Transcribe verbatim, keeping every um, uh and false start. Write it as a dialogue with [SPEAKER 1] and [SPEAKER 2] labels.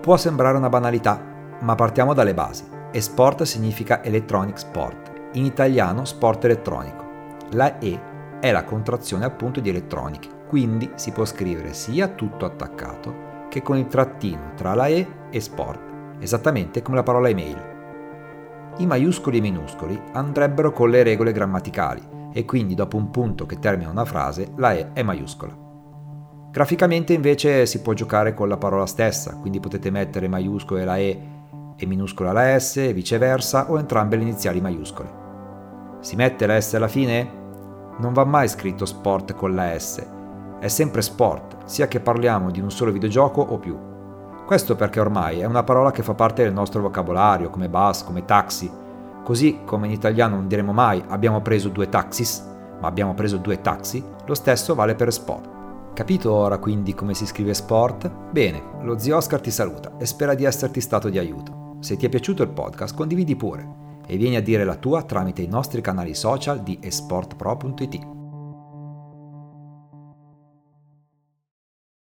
[SPEAKER 1] Può sembrare una banalità, ma partiamo dalle basi. Esport significa Electronic Sport, in italiano sport elettronico. La E è la contrazione appunto di electronic, quindi si può scrivere sia tutto attaccato che con il trattino tra la E e sport, esattamente come la parola email. I maiuscoli e minuscoli andrebbero con le regole grammaticali e quindi dopo un punto che termina una frase la E è maiuscola. Graficamente invece si può giocare con la parola stessa, quindi potete mettere maiuscole la E e minuscola la S e viceversa o entrambe le iniziali maiuscole. Si mette la S alla fine? Non va mai scritto sport con la S, è sempre sport, sia che parliamo di un solo videogioco o più. Questo perché ormai è una parola che fa parte del nostro vocabolario, come bus, come taxi. Così come in italiano non diremo mai abbiamo preso due taxis, ma abbiamo preso due taxi, lo stesso vale per sport. Capito ora quindi come si scrive sport? Bene, lo zio Oscar ti saluta e spera di esserti stato di aiuto. Se ti è piaciuto il podcast condividi pure e vieni a dire la tua tramite i nostri canali social di esportpro punto it.